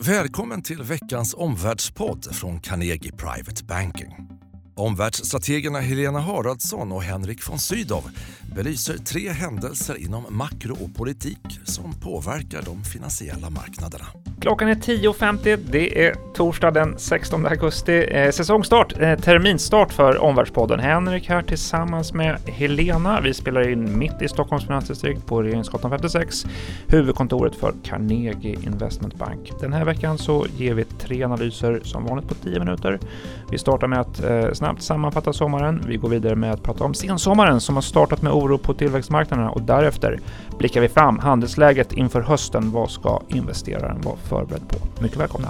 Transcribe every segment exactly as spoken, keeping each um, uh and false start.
Välkommen till veckans omvärldspodd från Carnegie Private Banking. Omvärldsstrategerna Helena Haraldsson och Henrik von Sydow belyser tre händelser inom makro och politik som påverkar de finansiella marknaderna. Klockan är tio femtio, det är torsdag den sextonde augusti. Eh, säsongstart, eh, terminstart för Omvärldspodden. Henrik här tillsammans med Helena. Vi spelar in mitt i Stockholms finansdistrikt på Regeringsgatan femtiosex, huvudkontoret för Carnegie Investment Bank. Den här veckan så ger vi tre analyser som vanligt på tio minuter. Vi startar med att eh, snabbt sammanfatta sommaren. Vi går vidare med att prata om sensommaren som har startat med oro på tillväxtmarknaderna och därefter blickar vi fram handelsläget inför hösten. Vad ska investeraren vara förberedd på? Mycket välkomna.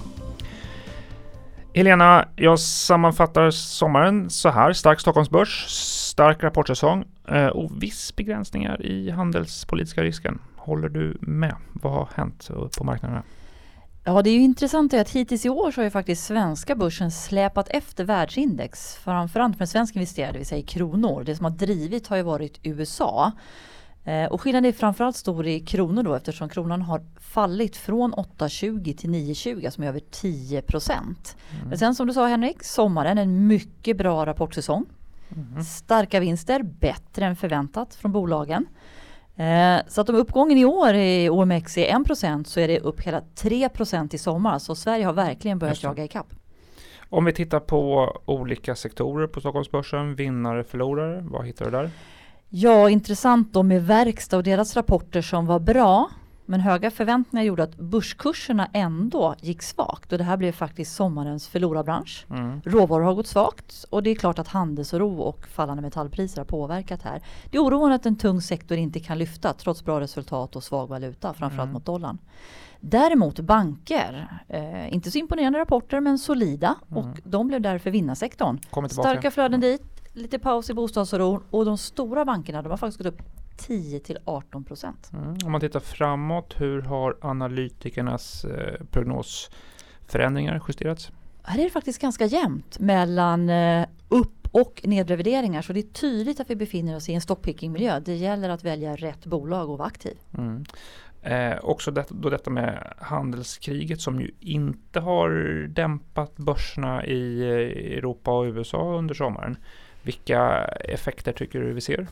Helena, jag sammanfattar sommaren så här. Stark Stockholmsbörs, stark rapportsäsong eh, och viss begränsningar i handelspolitiska risken. Håller du med? Vad har hänt på marknaderna? Ja, det är ju intressant att hittills i år så har ju faktiskt svenska börsen släpat efter världsindex. Framförallt för en svensk investerare, det vill säga i kronor. Det som har drivit har ju varit U S A. Eh, och skillnaden är framförallt stor i kronor då, eftersom kronan har fallit från åtta tjugo till nio tjugo, som är över tio procent. Mm. Men sen som du sa Henrik, sommaren en mycket bra rapportsäsong. Mm. Starka vinster, bättre än förväntat från bolagen. Eh, så att om uppgången i år i O M X är en procent så är det upp hela tre procent i sommar. Så Sverige har verkligen börjat jaga i kapp. Om vi tittar på olika sektorer på Stockholmsbörsen, vinnare, förlorare, vad hittar du där? Ja, intressant då med verkstad och deras rapporter som var bra. Men höga förväntningar gjorde att börskurserna ändå gick svagt. Och det här blev faktiskt sommarens förlorarbransch. Mm. Råvaror har gått svagt. Och det är klart att handelsoro och fallande metallpriser har påverkat här. Det är oroande att en tung sektor inte kan lyfta trots bra resultat och svag valuta. Framförallt mm. mot dollarn. Däremot banker, eh, inte så imponerande rapporter men solida. Mm. Och de blev därför vinnarsektorn. Starka flöden dit. Lite paus i bostadsoron och de stora bankerna de har faktiskt gått upp tio till arton procent. Mm. Om man tittar framåt, hur har analytikernas eh, prognosförändringar justerats? Här är det faktiskt ganska jämnt mellan eh, upp- och nedrevideringar, så det är tydligt att vi befinner oss i en stockpicking-miljö. Det gäller att välja rätt bolag och vara aktiv. Mm. Eh, också det, då detta med handelskriget som ju inte har dämpat börserna i Europa och U S A under sommaren. Vilka effekter tycker du vi ser?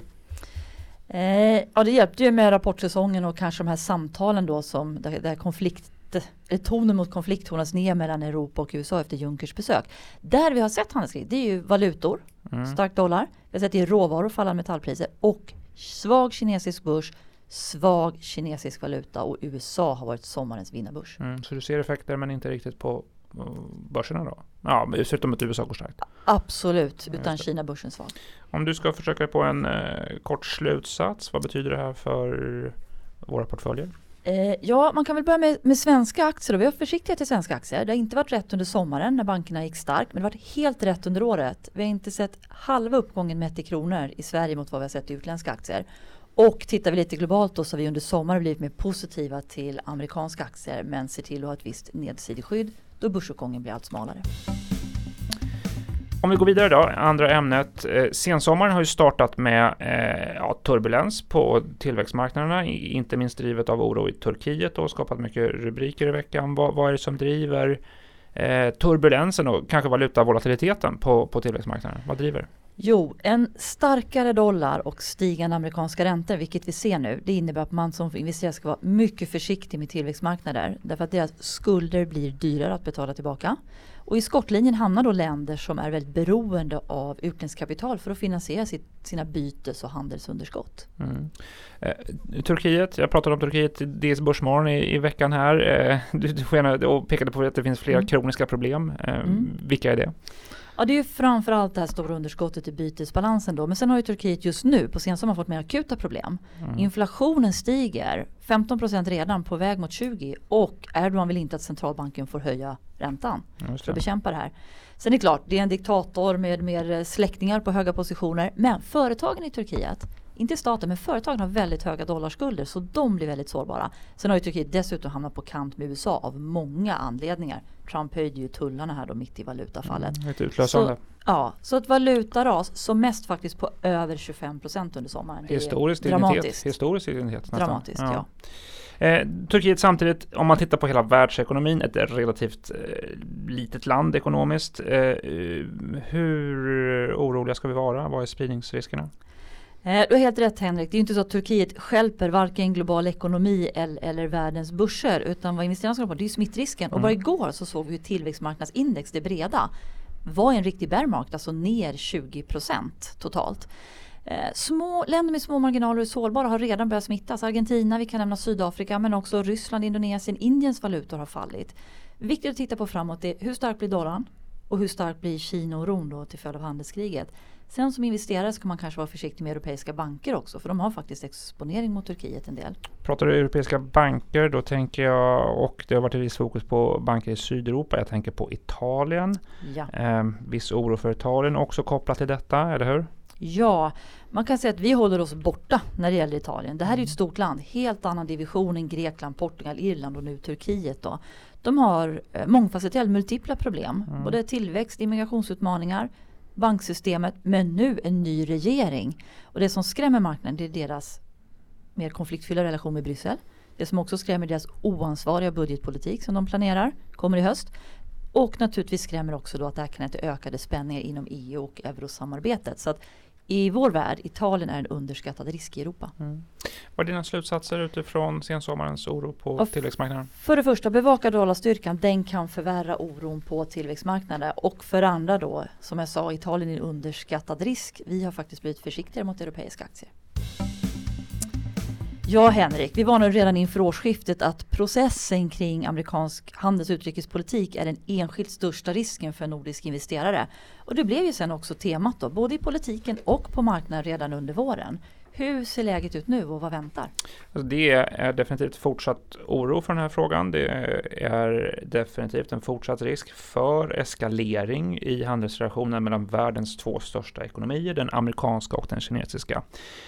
Eh, ja, det hjälpte ju med rapportsäsongen och kanske de här samtalen då som där, där konflikt, tonen mot konflikt tonas ner mellan Europa och U S A efter Junckers besök. Där vi har sett handelskrig, det är ju valutor, mm. stark dollar, vi har sett det i råvaror, fallande metallpriser och svag kinesisk börs, svag kinesisk valuta och U S A har varit sommarens vinnarbörs. Mm, så du ser effekter men inte riktigt på börserna då? Ja, förutom att U S A går starkt. Absolut, utan Kina-börsen svag. Om du ska försöka på en eh, kort slutsats, vad betyder det här för våra portföljer? Eh, ja, man kan väl börja med, med svenska aktier. Vi har försiktighet till svenska aktier. Det har inte varit rätt under sommaren när bankerna gick starkt, men det har varit helt rätt under året. Vi har inte sett halva uppgången mätt i kronor i Sverige mot vad vi har sett i utländska aktier. Och tittar vi lite globalt då så har vi under sommaren blivit mer positiva till amerikanska aktier men ser till att ha ett visst nedsideskydd då börsuppgången blir allt smalare. Om vi går vidare då, andra ämnet. Eh, sensommaren har ju startat med eh, ja, turbulens på tillväxtmarknaderna, inte minst drivet av oro i Turkiet och skapat mycket rubriker i veckan. Vad, vad är det som driver eh, turbulensen och kanske valutavolatiliteten på, på tillväxtmarknaden? Vad driver? Jo, en starkare dollar och stigande amerikanska räntor, vilket vi ser nu, det innebär att man som investerare ska vara mycket försiktig med tillväxtmarknader därför att deras skulder blir dyrare att betala tillbaka. Och i skottlinjen hamnar då länder som är väldigt beroende av utländskt kapital för att finansiera sitt, sina bytes- och handelsunderskott. Mm. Eh, Turkiet, jag pratade om Turkiet i D S Börsmorgon i, i veckan här. Eh, du, du skenade och pekade på att det finns flera mm. kroniska problem. Eh, mm. Vilka är det? Ja, det är ju framförallt det här stora underskottet i bytesbalansen då. Men sen har ju Turkiet just nu på sensommaren fått mer akuta problem. Mm. Inflationen stiger, femton procent redan på väg mot tjugo och Erdogan vill inte att centralbanken får höja räntan för att bekämpa det här. Sen är det klart, det är en diktator med mer släktingar på höga positioner. Men företagen i Turkiet, inte staten men företagen har väldigt höga dollarskulder så de blir väldigt sårbara. Sen har ju Turkiet dessutom hamnat på kant med U S A av många anledningar. Trump höjde ju tullarna här då mitt i valutafallet. Mm, ett utlösande. Så, ja, så ett valutaras som mest faktiskt på över tjugofem procent under sommaren. Historisk dramatiskt. Historisk dignitet. Dramatiskt, ja. Eh, Turkiet samtidigt, om man tittar på hela världsekonomin, ett relativt eh, litet land ekonomiskt. Eh, hur oroliga ska vi vara? Vad är spridningsriskerna? Eh, du har helt rätt, Henrik. Det är inte så att Turkiet stjälper varken global ekonomi eller, eller världens börser, utan vad investerarna ska på, det är smittrisken. Mm. Och bara igår så såg vi hur tillväxtmarknadsindex, det breda, var en riktig bear market, alltså ner tjugo procent totalt. Eh, små länder med små marginaler och sårbara har redan börjat smittas. Argentina, vi kan nämna Sydafrika, men också Ryssland, Indonesien, Indiens valutor har fallit. Viktigt att titta på framåt är hur stark blir dollarn och hur stark blir Kina och Rom då till följd av handelskriget. Sen som investerare ska man kanske vara försiktig med europeiska banker också, för de har faktiskt exponering mot Turkiet en del. Pratar du europeiska banker, då tänker jag, och det har varit ett visst fokus på banker i Sydeuropa, jag tänker på Italien. Ja. Eh, viss oro för Italien också kopplat till detta, eller hur? Ja, man kan säga att vi håller oss borta när det gäller Italien. Det här är ju ett stort land, helt annan division än Grekland, Portugal, Irland och nu Turkiet då. De har eh, mångfacetterade multipla problem, mm. både tillväxt, immigrationsutmaningar, banksystemet, men nu en ny regering. Och det som skrämmer marknaden, det är deras mer konfliktfyllda relation med Bryssel. Det som också skrämmer deras oansvariga budgetpolitik som de planerar, kommer i höst. Och naturligtvis skrämmer också då att det här kan inte ökade spänningar inom E U och eurosamarbetet. Så att i vår värld, Italien är en underskattad risk i Europa. Mm. Vad är dina slutsatser utifrån sensommarens oro på och tillväxtmarknaden? För det första, bevaka dollarstyrkan, den kan förvärra oron på tillväxtmarknaden. Och för andra då, som jag sa, Italien är en underskattad risk. Vi har faktiskt blivit försiktigare mot europeiska aktier. Ja, Henrik, vi varnade redan inför årsskiftet att processen kring amerikansk handels- och utrikespolitik är den enskilt största risken för en nordisk investerare. Och det blev ju sen också temat då, både i politiken och på marknaden redan under våren. Hur ser läget ut nu och vad väntar? Alltså det är definitivt fortsatt oro för den här frågan. Det är definitivt en fortsatt risk för eskalering i handelsrelationen mellan världens två största ekonomier, den amerikanska och den kinesiska.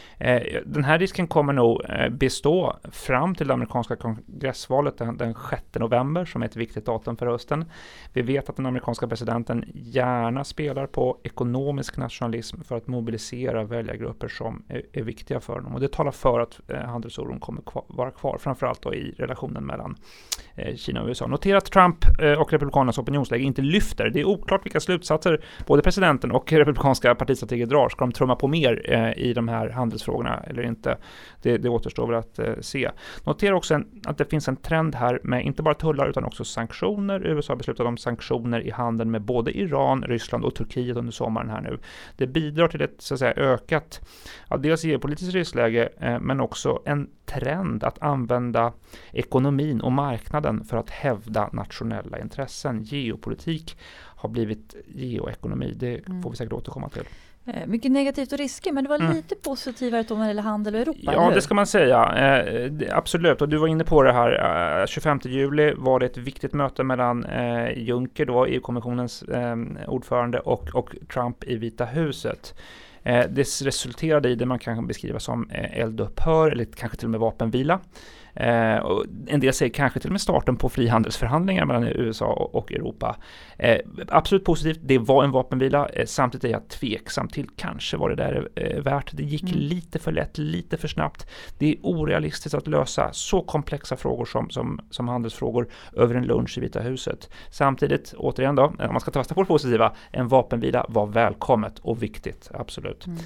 Den här risken kommer nog bestå fram till det amerikanska kongressvalet den sjätte november, som är ett viktigt datum för hösten. Vi vet att den amerikanska presidenten gärna spelar på ekonomisk nationalism för att mobilisera väljargrupper som är, är viktiga för honom. Och det talar för att handelsoron kommer kvar, vara kvar, framförallt då i relationen mellan Kina och U S A. Notera att Trump och republikanernas opinionsläge inte lyfter. Det är oklart vilka slutsatser både presidenten och republikanska partistrateger drar. Ska de trumma på mer i de här handelsfrågorna eller inte? Det, det återstår väl att eh, se. Notera också en, att det finns en trend här med inte bara tullar utan också sanktioner. U S A har beslutat om sanktioner i handeln med både Iran, Ryssland och Turkiet under sommaren här nu. Det bidrar till ett så att säga ökat, ja, dels geopolitiskt riskläge eh, men också en trend att använda ekonomin och marknaden för att hävda nationella intressen. Geopolitik har blivit geoekonomi. Det får vi säkert återkomma till. Mycket negativt och risker, men det var mm. lite positivare när det gäller handel och Europa. Ja, det ska man säga. Eh, det, absolut, och du var inne på det här. Eh, tjugofemte juli var det ett viktigt möte mellan eh, Juncker, då, E U-kommissionens eh, ordförande, och, och Trump i Vita huset. Eh, det resulterade i det man kan beskriva som eh, eldupphör eller kanske till och med vapenvila. Eh, och en del säger kanske till och med starten på frihandelsförhandlingar mellan U S A och, och Europa. Eh, absolut positivt, det var en vapenvila. Eh, samtidigt är jag tveksam till kanske var det där eh, värt. Det gick mm. lite för lätt, lite för snabbt. Det är orealistiskt att lösa så komplexa frågor som, som, som handelsfrågor över en lunch i Vita huset. Samtidigt, återigen då, om man ska ta fasta på det positiva, en vapenvila var välkommet och viktigt, absolut. Mm.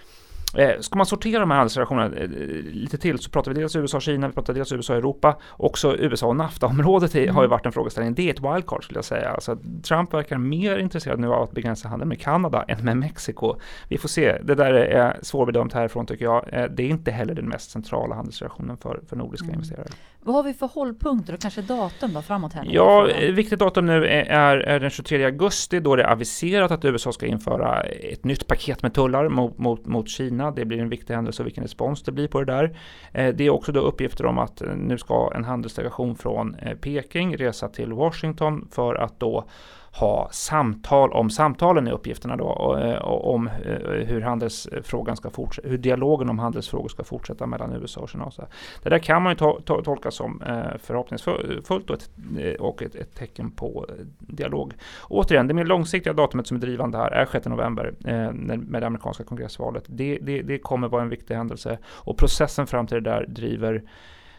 Eh, ska man sortera de här handelsrelationerna eh, lite till, så pratar vi dels U S A och Kina, vi pratar dels U S A och Europa. Också U S A och NAFTA-området mm. har ju varit en frågeställning. Det är ett wildcard skulle jag säga. Alltså, Trump verkar mer intresserad nu av att begränsa handeln med Kanada än med Mexiko. Vi får se. Det där är svårbedömt härifrån tycker jag. Eh, det är inte heller den mest centrala handelsrelationen för, för nordiska mm. investerare. Vad har vi för hållpunkter och kanske datum då framåt här? Ja, viktigt datum nu är, är, är den tjugotredje augusti, då det är aviserat att U S A ska införa ett nytt paket med tullar mot, mot, mot Kina. Det blir en viktig händelse och vilken respons det blir på det där. Eh, det är också då uppgifter om att nu ska en handelsdelegation från eh, Peking resa till Washington för att då ha samtal om samtalen i uppgifterna då och, och om hur handelsfrågan ska fortsätta, hur dialogen om handelsfrågor ska fortsätta mellan U S A och Kina. Det där kan man ju to- to- tolka som förhoppningsfullt och, ett, och ett, ett tecken på dialog. Och återigen, det mer långsiktiga datumet som är drivande här är sjätte november eh, med det amerikanska kongressvalet. Det, det, det kommer vara en viktig händelse och processen fram till det där driver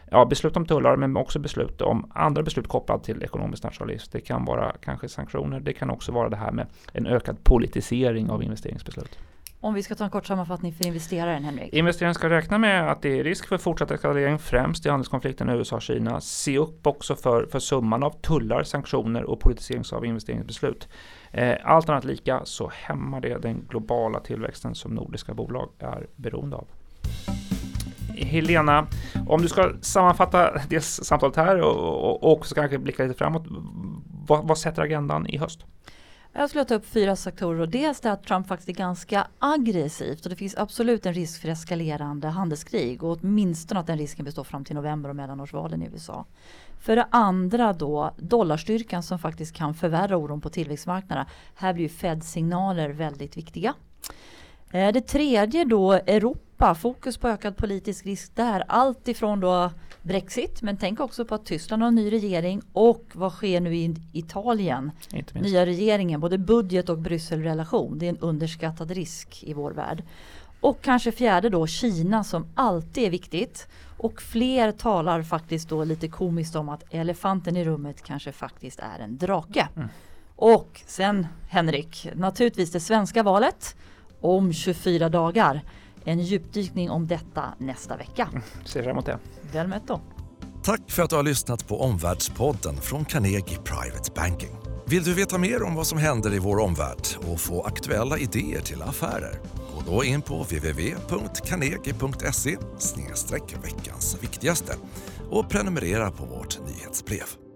ja, beslut om tullar men också beslut om andra beslut kopplade till ekonomisk nationalism. Det kan vara kanske sanktioner, det kan också vara det här med en ökad politisering av investeringsbeslut. Om vi ska ta en kort sammanfattning för investeraren, Henrik. Investeraren ska räkna med att det är risk för fortsatt eskalering främst i handelskonflikten U S A och Kina. Se upp också för, för summan av tullar, sanktioner och politisering av investeringsbeslut. Eh, allt annat lika så hämmar det den globala tillväxten som nordiska bolag är beroende av. Helena, om du ska sammanfatta det samtalet här och, och, och också kanske blicka lite framåt, vad, vad sätter agendan i höst? Jag skulle ta upp fyra sektorer och dels är att Trump faktiskt är ganska aggressivt och det finns absolut en risk för eskalerande handelskrig och åtminstone att den risken består fram till november och mellanårsvalen i U S A. För det andra då dollarstyrkan som faktiskt kan förvärra oron på tillväxtmarknaderna. Här blir ju Fed-signaler väldigt viktiga. Det tredje då Europa, fokus på ökad politisk risk där. Allt ifrån då Brexit, men tänk också på att Tyskland har en ny regering och vad sker nu i Italien? Nya regeringen, både budget och Brysselrelation. Det är en underskattad risk i vår värld. Och kanske fjärde då Kina som alltid är viktigt. Och fler talar faktiskt då lite komiskt om att elefanten i rummet kanske faktiskt är en drake. Mm. Och sen Henrik, naturligtvis det svenska valet om tjugofyra dagar. En djupdykning om detta nästa vecka. Mm, ser fram emot det. Väl med då. Tack för att du har lyssnat på Omvärldspodden från Carnegie Private Banking. Vill du veta mer om vad som händer i vår omvärld och få aktuella idéer till affärer? Gå då in på w w w punkt carnegie punkt se slash veckans viktigaste och prenumerera på vårt nyhetsbrev.